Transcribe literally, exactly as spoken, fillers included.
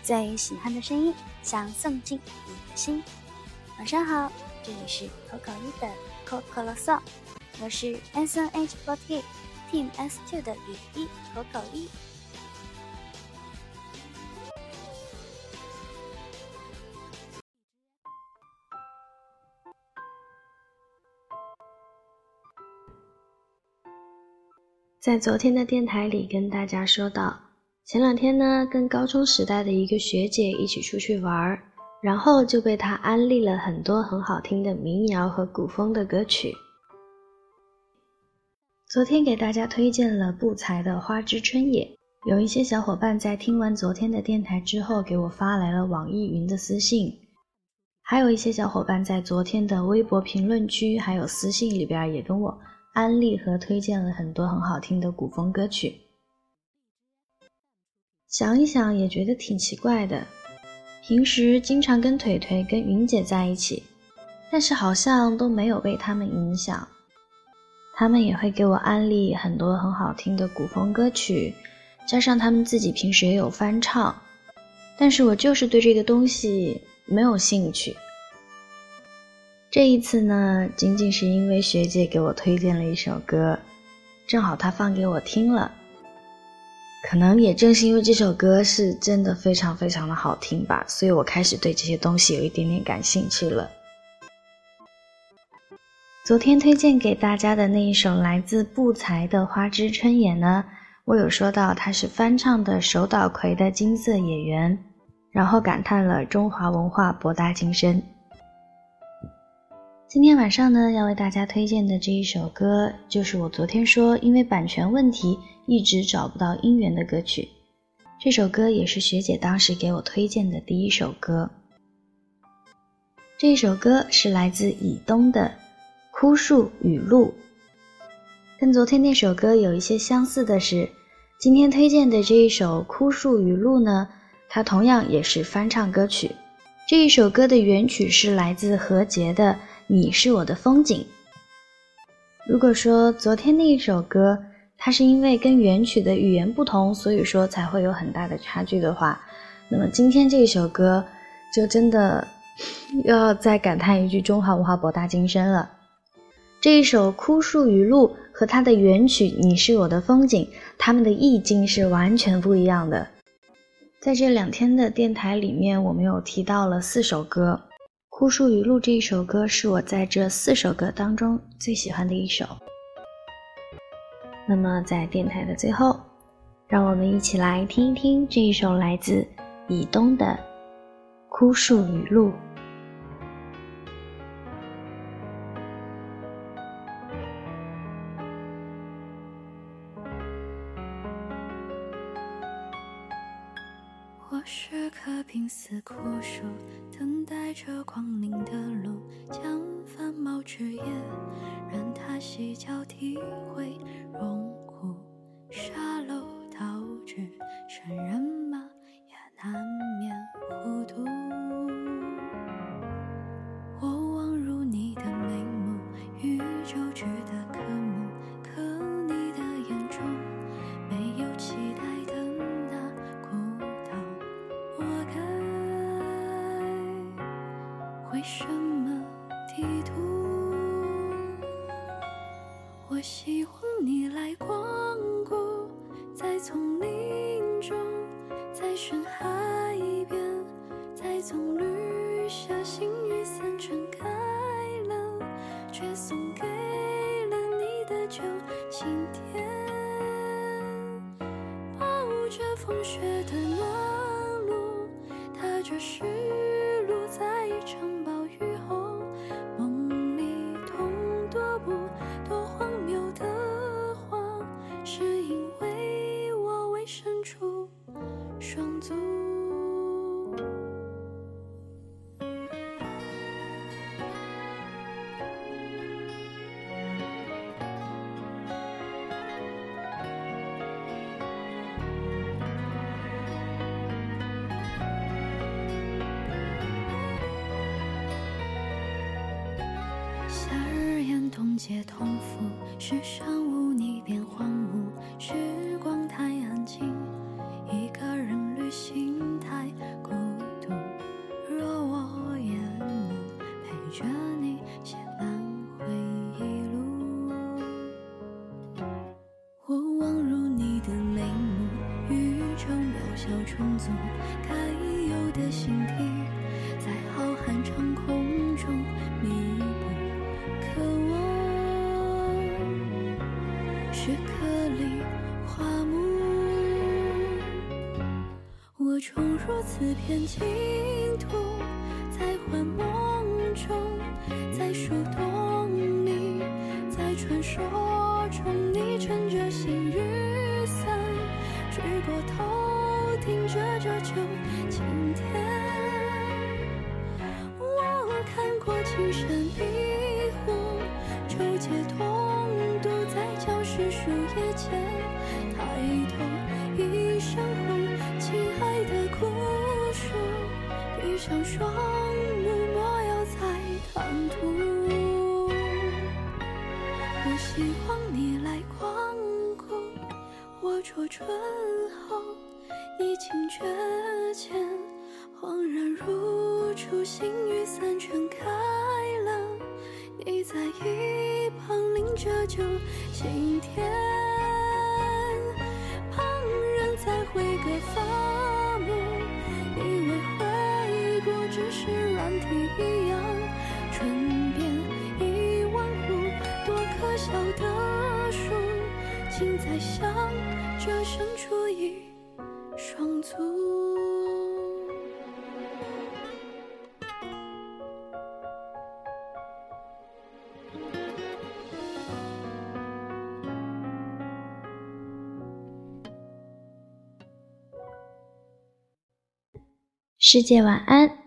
最喜欢的声音，想送进你的心。晚上好，这里是口口一的口口啰嗦，我是 S N H 四十八 Team S 二 的雨一口口一。在昨天的电台里跟大家说到，前两天呢跟高中时代的一个学姐一起出去玩，然后就被她安利了很多很好听的民谣和古风的歌曲。昨天给大家推荐了不才的花枝春野，有一些小伙伴在听完昨天的电台之后给我发来了网易云的私信，还有一些小伙伴在昨天的微博评论区还有私信里边也跟我安利和推荐了很多很好听的古风歌曲。想一想也觉得挺奇怪的，平时经常跟腿腿跟云姐在一起，但是好像都没有被他们影响。他们也会给我安利很多很好听的古风歌曲，加上他们自己平时也有翻唱，但是我就是对这个东西没有兴趣。这一次呢，仅仅是因为学姐给我推荐了一首歌，正好她放给我听了。可能也正是因为这首歌是真的非常非常的好听吧，所以我开始对这些东西有一点点感兴趣了。昨天推荐给大家的那一首来自不才的花枝春野呢，我有说到它是翻唱的手岛葵的金色野原，然后感叹了中华文化博大精深。今天晚上呢，要为大家推荐的这一首歌，就是我昨天说因为版权问题一直找不到音源的歌曲。这首歌也是学姐当时给我推荐的第一首歌。这一首歌是来自以东的《枯树雨露》。跟昨天那首歌有一些相似的是，今天推荐的这一首《枯树雨露》呢，它同样也是翻唱歌曲。这一首歌的原曲是来自何洁的你是我的风景。如果说昨天那一首歌它是因为跟原曲的语言不同，所以说才会有很大的差距的话，那么今天这一首歌就真的又要再感叹一句中华文化博大精深了。这一首枯树雨露和它的原曲你是我的风景，它们的意境是完全不一样的。在这两天的电台里面，我们有提到了四首歌，枯树雨露这一首歌是我在这四首歌当中最喜欢的一首。那么在电台的最后，让我们一起来听一听这一首来自以东的枯树雨露。 我是棵濒死枯树，等待着光临的路，将繁茂枝叶任它细嚼体会，荣枯沙漏导致圣人嘛也难免糊涂。我望入你的眉目，宇宙值得渴慕，可你的眼中没有期待的那孤岛。我该为什么地图？我希望你来光顾，在丛林中，在深海边，在棕榈下，星雨散成开了，却送给了你的旧晴天。抱着风雪的暖露，踏着湿路，在一场暴雨后，梦里痛踱步，多荒谬的谎，是因为我未伸出双足。夏日炎冬皆同赴，世上无你便荒芜，时光太安静，一个人旅行太片净土，在幻梦中，在树洞里，在传说中，你撑着行雨伞，举过头听着这旧晴天。我看过青山碧湖，周街同渡，在教室树叶间，抬头一声呼，亲爱的酷暑，闭上双目，莫要再唐突。我希望你来光顾，我着春后，你惊觉前，恍然如初，心雨伞全开了，你在一旁淋着旧晴天。旁人在挥个发木，以为回顾只是软体一样，唇边一万户，多可笑的树，竟在想着生出一双足。 世界晚安。